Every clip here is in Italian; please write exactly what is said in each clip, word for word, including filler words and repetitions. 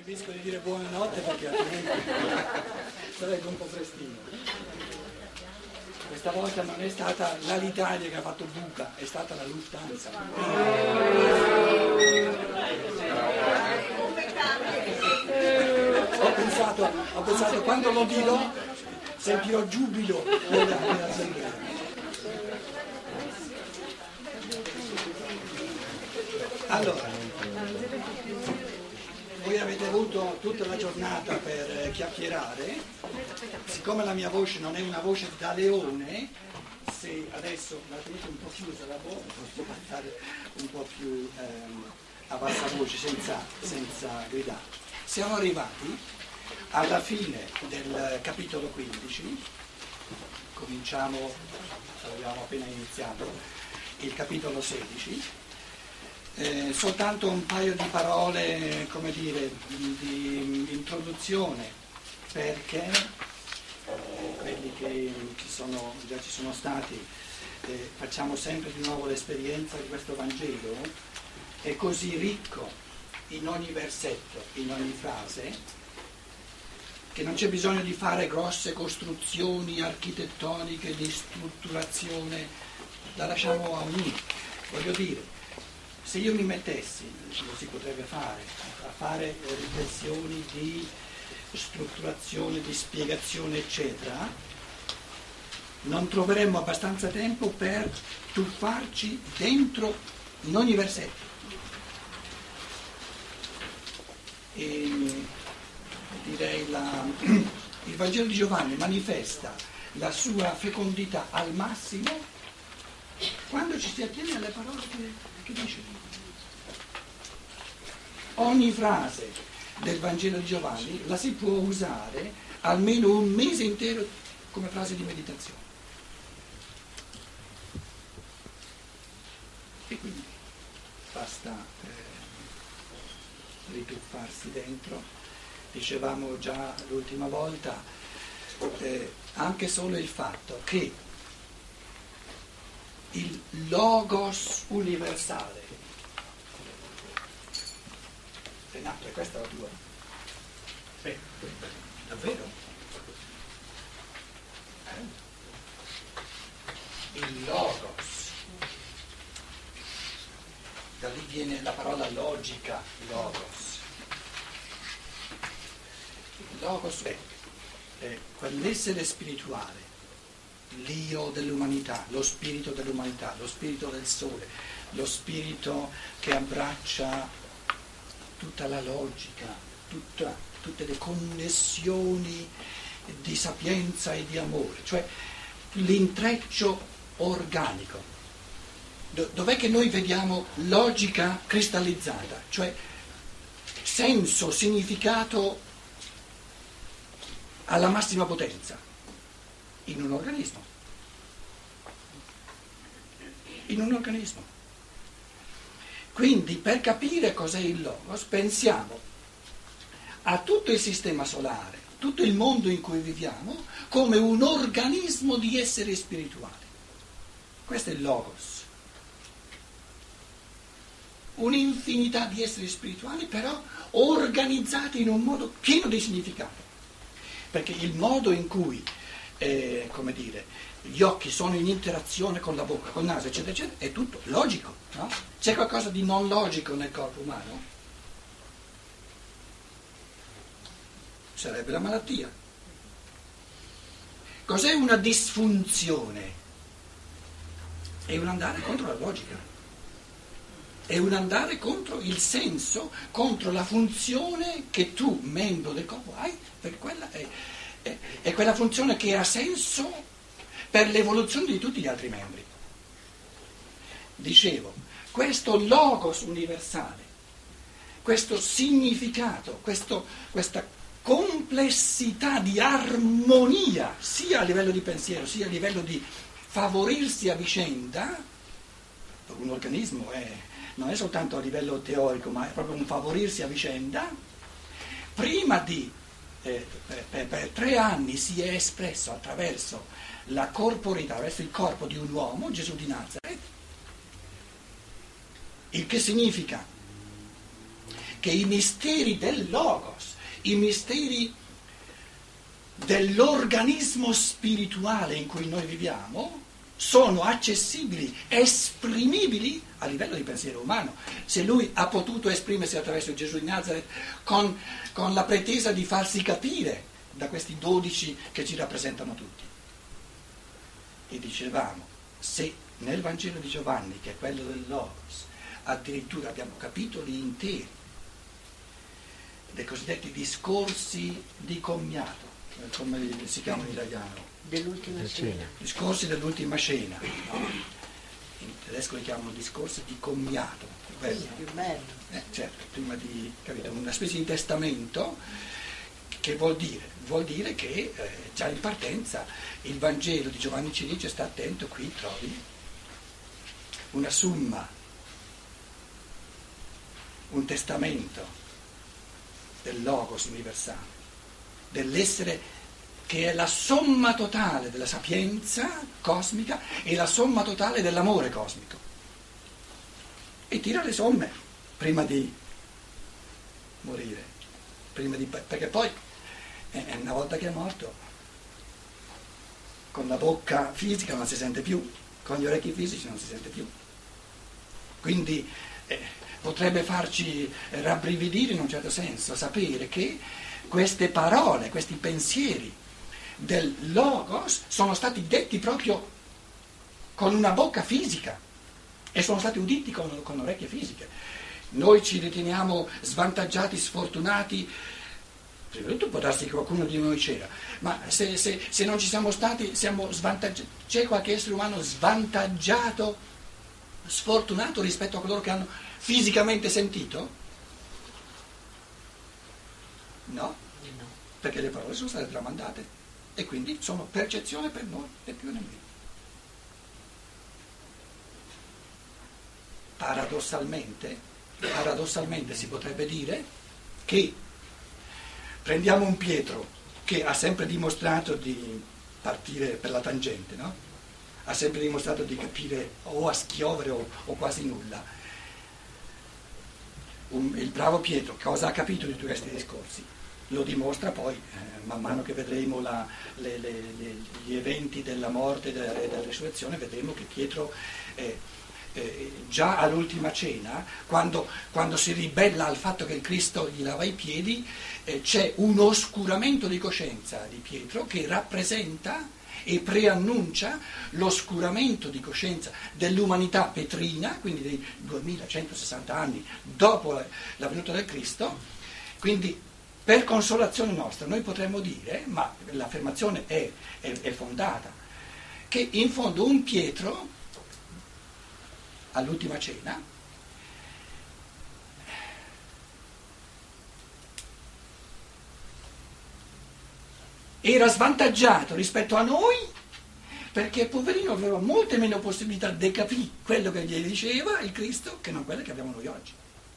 Capisco di dire buonanotte perché altrimenti sarebbe un po' prestino. Questa volta non è stata l'Alitalia che ha fatto buca, è stata la Lufthansa. Ho pensato, ho pensato quando lo dirò sentirò giubilo nell'assemblea. Allora, voi avete avuto tutta la giornata per chiacchierare, siccome la mia voce non è una voce da leone, se adesso la tenete un po' chiusa la bocca, posso parlare un po' più ehm, a bassa voce, senza, senza gridare. Siamo arrivati alla fine del capitolo quindici, cominciamo, abbiamo appena iniziato, il capitolo sedici. Eh, soltanto un paio di parole, come dire, di, di introduzione, perché quelli che ci sono, già ci sono stati, eh, facciamo sempre di nuovo l'esperienza di questo Vangelo, è così ricco in ogni versetto, in ogni frase, che non c'è bisogno di fare grosse costruzioni architettoniche di strutturazione, la lasciamo a ognuno, voglio dire. Se io mi mettessi, lo si potrebbe fare, a fare riflessioni di strutturazione, di spiegazione, eccetera, non troveremmo abbastanza tempo per tuffarci dentro in ogni versetto. E direi la, il Vangelo di Giovanni manifesta la sua fecondità al massimo quando ci si attiene alle parole che che dice? Ogni frase del Vangelo di Giovanni la si può usare almeno un mese intero come frase di meditazione. E quindi basta eh, rituffarsi dentro. Dicevamo già l'ultima volta, eh, anche solo il fatto che il logos universale. Renato, è questa la tua? Sì. Davvero? Eh? Il logos. Da lì viene la parola logica, logos. Il logos è, è quell'essere spirituale, l'io dell'umanità, lo spirito dell'umanità, lo spirito del sole, lo spirito che abbraccia tutta la logica, tutta, tutte le connessioni di sapienza e di amore, cioè l'intreccio organico. Dov'è che noi vediamo logica cristallizzata, cioè senso, significato alla massima potenza? In un organismo. In un organismo. Quindi per capire cos'è il Logos pensiamo a tutto il sistema solare, tutto il mondo in cui viviamo, come un organismo di esseri spirituali. Questo è il Logos. Un'infinità di esseri spirituali però organizzati in un modo pieno di significato. Perché il modo in cui Eh, come dire, gli occhi sono in interazione con la bocca, con il naso, eccetera, eccetera, è tutto logico, no? C'è qualcosa di non logico nel corpo umano? Sarebbe la malattia. Cos'è una disfunzione? È un andare contro la logica, è un andare contro il senso, contro la funzione che tu, membro del corpo, hai, per quella è. È quella funzione che ha senso per l'evoluzione di tutti gli altri membri. Dicevo, questo logos universale, questo significato, questo, questa complessità di armonia, sia a livello di pensiero, sia a livello di favorirsi a vicenda, un organismo è, non è soltanto a livello teorico, ma è proprio un favorirsi a vicenda, prima di Eh, per, per, per tre anni si è espresso attraverso la corporità, attraverso il corpo di un uomo, Gesù di Nazareth, il che significa che i misteri del Logos, i misteri dell'organismo spirituale in cui noi viviamo, sono accessibili, esprimibili a livello di pensiero umano. Se lui ha potuto esprimersi attraverso Gesù di Nazareth con, con la pretesa di farsi capire da questi dodici che ci rappresentano tutti. E dicevamo, se nel Vangelo di Giovanni, che è quello del Logos, addirittura abbiamo capitoli interi dei cosiddetti discorsi di commiato, come si chiamano in italiano? Dell'ultima cena. Discorsi dell'ultima cena, no? In tedesco li chiamano discorsi di commiato. Quello. Sì, più bello. Eh, certo, prima di, capito, una specie di testamento, che vuol dire? Vuol dire che eh, già in partenza il Vangelo di Giovanni ci dice: sta attento, qui trovi una summa, un testamento del Logos universale, dell'essere che è la somma totale della sapienza cosmica e la somma totale dell'amore cosmico. E tira le somme prima di morire, prima di, perché poi eh, una volta che è morto, con la bocca fisica non si sente più, con gli orecchi fisici non si sente più. Quindi eh, potrebbe farci rabbrividire in un certo senso sapere che queste parole, questi pensieri del Logos sono stati detti proprio con una bocca fisica e sono stati uditi con, con orecchie fisiche. Noi ci riteniamo svantaggiati, sfortunati. Prima di tutto può darsi che qualcuno di noi c'era, ma se, se, se non ci siamo stati, siamo svantaggiati. C'è qualche essere umano svantaggiato, sfortunato rispetto a coloro che hanno fisicamente sentito? No, perché le parole sono state tramandate e quindi sono percezione per noi, né più né meno. Paradossalmente, paradossalmente si potrebbe dire che prendiamo un Pietro che ha sempre dimostrato di partire per la tangente, no? Ha sempre dimostrato di capire o a schiovere o, o quasi nulla. Un, il bravo Pietro cosa ha capito di tutti questi discorsi? Lo dimostra poi, eh, man mano che vedremo la, le, le, le, gli eventi della morte e della, della risurrezione, vedremo che Pietro eh, eh, già all'ultima cena, quando, quando si ribella al fatto che il Cristo gli lava i piedi, eh, c'è un oscuramento di coscienza di Pietro che rappresenta e preannuncia l'oscuramento di coscienza dell'umanità petrina, quindi dei duemilacentosessanta anni dopo la, la venuta del Cristo. Quindi per consolazione nostra noi potremmo dire, ma l'affermazione è, è, è fondata, che in fondo un Pietro all'ultima cena era svantaggiato rispetto a noi, perché poverino aveva molte meno possibilità di capire quello che gli diceva il Cristo che non quelle che abbiamo noi oggi.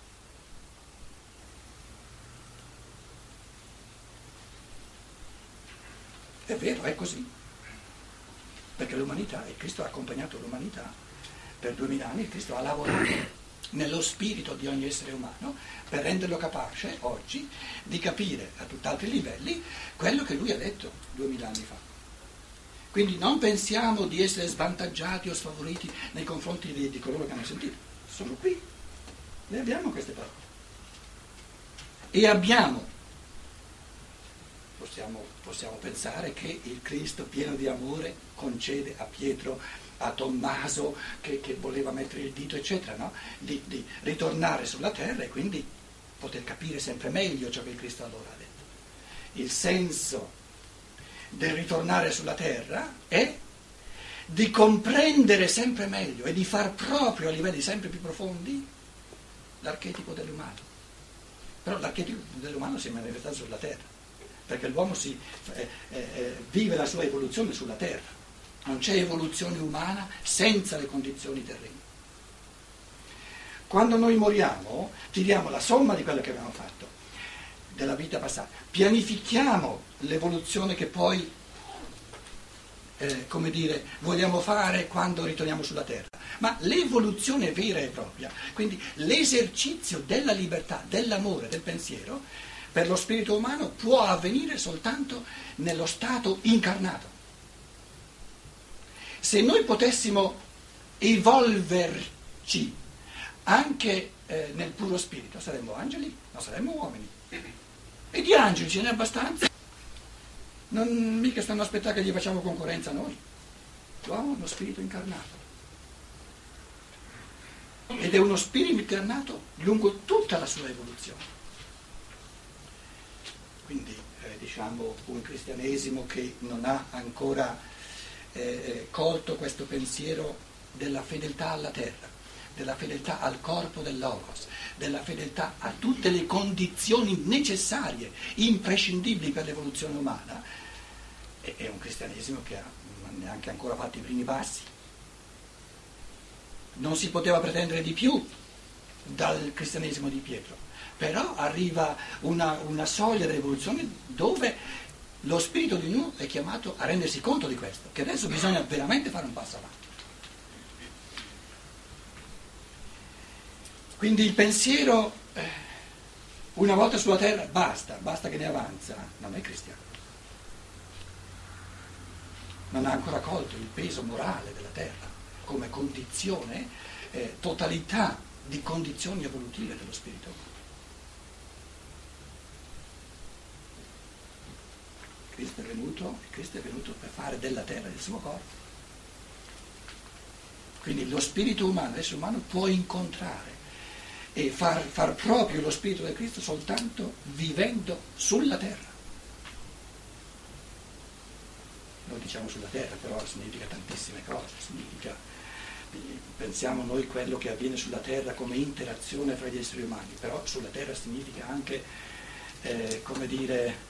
È vero, è così, perché l'umanità, il Cristo ha accompagnato l'umanità per duemila anni, il Cristo ha lavorato nello spirito di ogni essere umano per renderlo capace oggi di capire a tutt'altri livelli quello che lui ha detto duemila anni fa. Quindi non pensiamo di essere svantaggiati o sfavoriti nei confronti di, di coloro che hanno sentito, sono qui, le abbiamo queste parole e abbiamo Possiamo, possiamo pensare che il Cristo pieno di amore concede a Pietro, a Tommaso che, che voleva mettere il dito eccetera, no? di, di ritornare sulla terra e quindi poter capire sempre meglio ciò che il Cristo allora ha detto. Il senso del ritornare sulla terra è di comprendere sempre meglio e di far proprio a livelli sempre più profondi l'archetipo dell'umano. Però l'archetipo dell'umano si è manifestato sulla terra, perché l'uomo si, eh, eh, vive la sua evoluzione sulla terra, non c'è evoluzione umana senza le condizioni terrene. Quando noi moriamo tiriamo la somma di quello che abbiamo fatto, della vita passata, pianifichiamo l'evoluzione che poi eh, come dire, vogliamo fare quando ritorniamo sulla terra, ma l'evoluzione vera e propria, quindi l'esercizio della libertà, dell'amore, del pensiero, per lo spirito umano può avvenire soltanto nello stato incarnato. Se noi potessimo evolverci anche eh, nel puro spirito, saremmo angeli, non saremmo uomini. E di angeli ce n'è abbastanza. Non mica stanno a aspettare che gli facciamo concorrenza a noi. L'uomo è uno spirito incarnato. Ed è uno spirito incarnato lungo tutta la sua evoluzione. Quindi eh, diciamo un cristianesimo che non ha ancora eh, colto questo pensiero della fedeltà alla terra, della fedeltà al corpo del Logos, della fedeltà a tutte le condizioni necessarie, imprescindibili per l'evoluzione umana, è, è un cristianesimo che ha neanche ancora fatto i primi passi. Non si poteva pretendere di più dal cristianesimo di Pietro, però arriva una, una soglia dell'evoluzione dove lo spirito di ognuno è chiamato a rendersi conto di questo, che adesso bisogna veramente fare un passo avanti. Quindi il pensiero, eh, una volta sulla terra, basta, basta che ne avanza, non è cristiano. Non ha ancora colto il peso morale della terra come condizione, eh, totalità di condizioni evolutive dello spirito umano. Cristo è venuto, Cristo è venuto per fare della terra il suo corpo. Quindi lo spirito umano, l'essere umano può incontrare e far, far proprio lo spirito di Cristo soltanto vivendo sulla terra. Noi diciamo sulla terra, però significa tantissime cose, significa, pensiamo noi quello che avviene sulla terra come interazione fra gli esseri umani, però sulla terra significa anche, eh, come dire,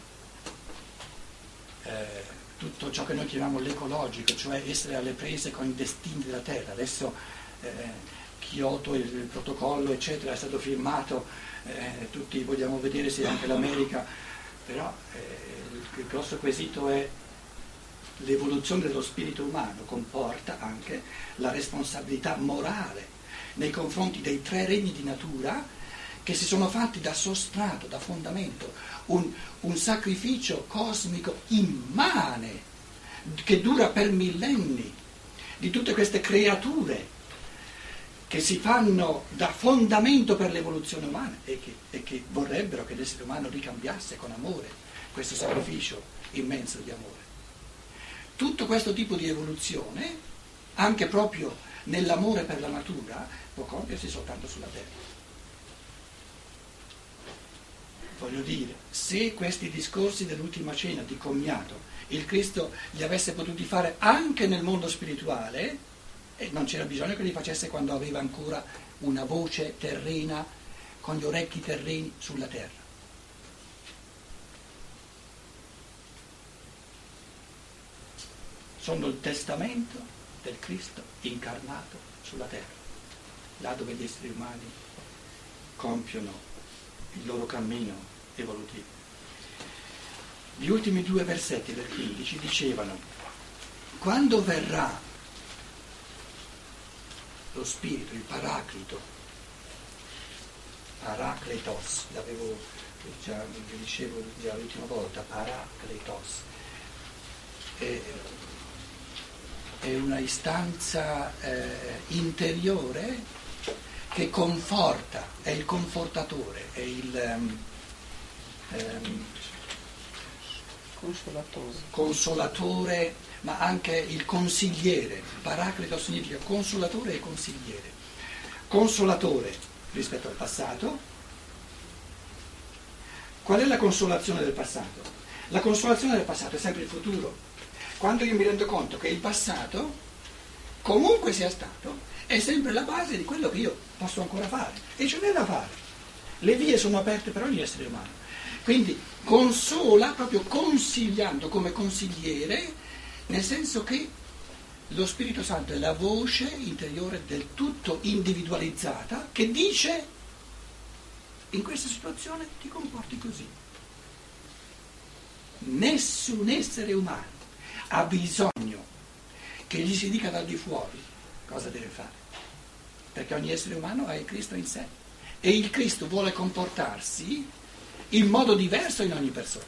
eh, tutto ciò che noi chiamiamo l'ecologico, cioè essere alle prese con i destini della terra. Adesso eh, Kyoto, il, il protocollo, eccetera, è stato firmato, eh, tutti vogliamo vedere se anche l'America, però eh, il, il grosso quesito è l'evoluzione dello spirito umano comporta anche la responsabilità morale nei confronti dei tre regni di natura che si sono fatti da sostrato, da fondamento, un, un sacrificio cosmico immane che dura per millenni, di tutte queste creature che si fanno da fondamento per l'evoluzione umana e che, e che vorrebbero che l'essere umano ricambiasse con amore questo sacrificio immenso di amore. Tutto questo tipo di evoluzione, anche proprio nell'amore per la natura, può compiersi soltanto sulla terra. Voglio dire, se questi discorsi dell'ultima cena di commiato il Cristo li avesse potuti fare anche nel mondo spirituale, eh, non c'era bisogno che li facesse quando aveva ancora una voce terrena, con gli orecchi terreni sulla terra. Sono il testamento del Cristo incarnato sulla terra, là dove gli esseri umani compiono il loro cammino evolutivo. Gli ultimi due versetti del quindici dicevano: quando verrà lo Spirito, il Paraclito, Parakletos, l'avevo già, vi dicevo già l'ultima volta, Parakletos, è, è una istanza eh, interiore che conforta, è il confortatore, è il um, um, consolatore. consolatore, ma anche il consigliere. Paraclito significa consolatore e consigliere. Consolatore rispetto al passato. Qual è la consolazione del passato? La consolazione del passato è sempre il futuro. Quando io mi rendo conto che il passato, comunque sia stato, è sempre la base di quello che io posso ancora fare, e ce n'è da fare. Le vie sono aperte per ogni essere umano. Quindi consola proprio consigliando come consigliere, nel senso che lo Spirito Santo è la voce interiore del tutto individualizzata che dice: in questa situazione ti comporti così. Nessun essere umano ha bisogno che gli si dica dal di fuori cosa deve fare, perché ogni essere umano ha il Cristo in sé e il Cristo vuole comportarsi in modo diverso in ogni persona.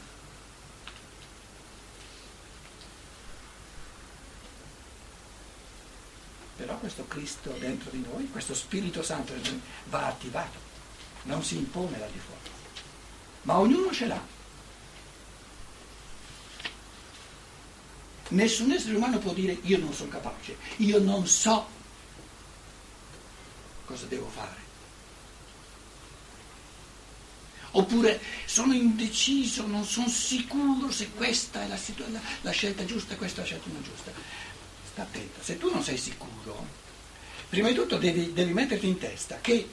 Però questo Cristo dentro di noi, questo Spirito Santo dentro di noi, va attivato, non si impone da di fuori, ma ognuno ce l'ha. Nessun essere umano può dire io non sono capace, io non so cosa devo fare. Oppure sono indeciso, non sono sicuro se questa è la, situ- la, la scelta giusta e questa è la scelta non giusta. Sta attento, se tu non sei sicuro, prima di tutto devi, devi metterti in testa che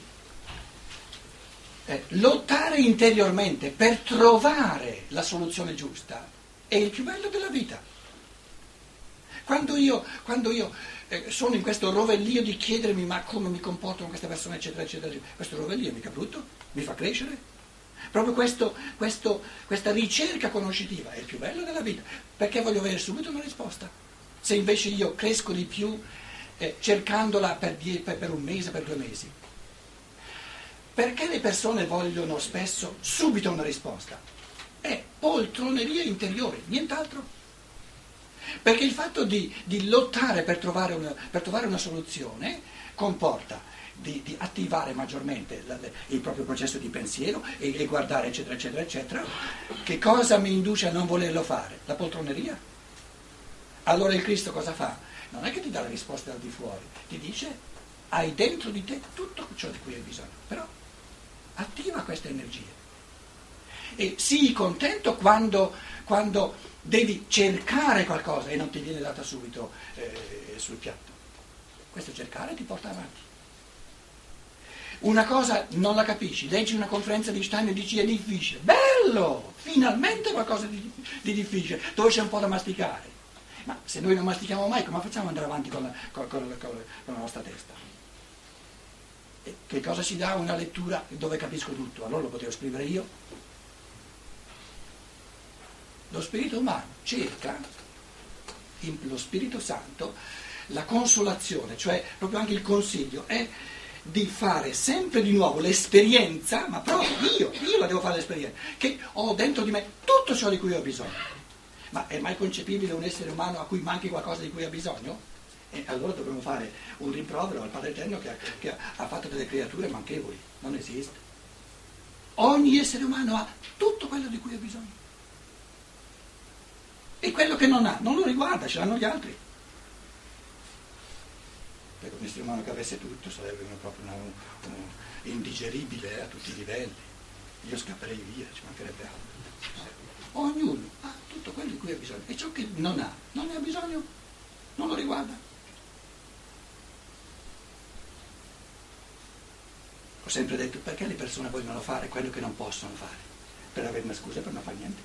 eh, lottare interiormente per trovare la soluzione giusta è il più bello della vita. Quando io, quando io eh, sono in questo rovellio di chiedermi ma come mi comporto con queste persone, eccetera, eccetera, eccetera, questo rovellio è mica brutto, mi fa crescere. Proprio questo, questo, questa ricerca conoscitiva è il più bello della vita, perché voglio avere subito una risposta. Se invece io cresco di più eh, cercandola per, die, per, per un mese, per due mesi. Perché le persone vogliono spesso subito una risposta? È poltroneria interiore, nient'altro. Perché il fatto di, di lottare per trovare, una, per trovare una soluzione comporta di, di attivare maggiormente la, il proprio processo di pensiero e, e guardare eccetera eccetera eccetera. Che cosa mi induce a non volerlo fare? La poltroneria. Allora il Cristo cosa fa? Non è che ti dà la risposta dal di fuori, ti dice hai dentro di te tutto ciò di cui hai bisogno, però attiva queste energie e sii contento quando, quando devi cercare qualcosa e non ti viene data subito eh, sul piatto. Questo cercare ti porta avanti. Una cosa non la capisci, leggi una conferenza di Stein e dici è difficile, bello, finalmente qualcosa di, di difficile, dove c'è un po' da masticare. Ma se noi non mastichiamo mai, come facciamo ad andare avanti con la, con, con, con, con la nostra testa? E che cosa si dà una lettura dove capisco tutto? Allora lo potevo scrivere io. Lo spirito umano cerca, in, lo Spirito Santo, la consolazione, cioè proprio anche il consiglio, è di fare sempre di nuovo l'esperienza, ma proprio io, io la devo fare l'esperienza, che ho dentro di me tutto ciò di cui ho bisogno. Ma è mai concepibile un essere umano a cui manchi qualcosa di cui ha bisogno? E allora dovremmo fare un rimprovero al Padre Eterno che ha, che ha fatto delle creature manchevoli. Non esiste. Ogni essere umano ha tutto quello di cui ha bisogno. E quello che non ha, non lo riguarda, ce l'hanno gli altri. Perché un essere umano che avesse tutto sarebbe proprio una, un, un, indigeribile a tutti i livelli. Io scapperei via, ci mancherebbe altro. Ognuno ha tutto quello di cui ha bisogno e ciò che non ha, non ne ha bisogno, non lo riguarda. Ho sempre detto perché le persone vogliono fare quello che non possono fare? Per avere una scusa per non fare niente.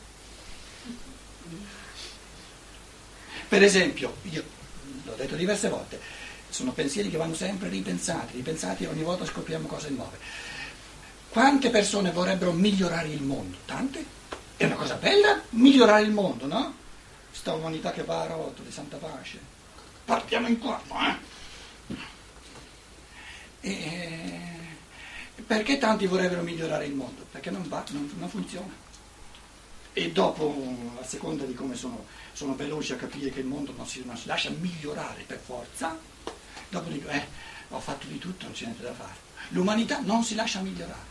Per esempio, io l'ho detto diverse volte, sono pensieri che vanno sempre ripensati, ripensati e ogni volta scopriamo cose nuove. Quante persone vorrebbero migliorare il mondo? Tante? È una cosa bella migliorare il mondo, no? Sta umanità che va a rotoli, santa pace. Partiamo in quattro, eh? E perché tanti vorrebbero migliorare il mondo? Perché non va, non, non funziona. E dopo, a seconda di come sono, sono veloci a capire che il mondo non si, non si lascia migliorare per forza, dopo dico, eh, ho fatto di tutto, non c'è niente da fare. L'umanità non si lascia migliorare.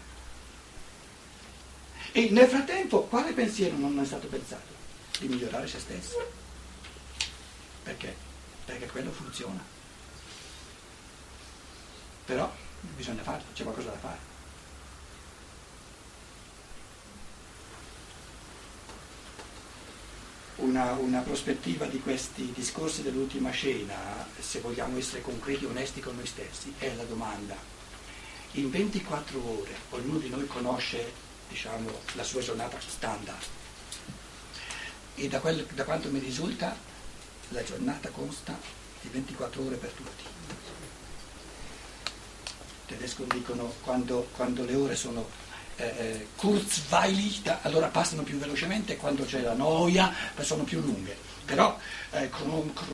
E nel frattempo, quale pensiero non è stato pensato? Di migliorare se stesso. Perché? Perché quello funziona. Però bisogna farlo, c'è qualcosa da fare. Una, una prospettiva di questi discorsi dell'ultima cena, se vogliamo essere concreti e onesti con noi stessi, è la domanda. In ventiquattro ore ognuno di noi conosce, diciamo, la sua giornata standard e da, quel, da quanto mi risulta la giornata consta di ventiquattro ore per tutti. I tedeschi dicono quando, quando le ore sono eh, kurzweilig, allora passano più velocemente, quando c'è la noia sono più lunghe, però eh,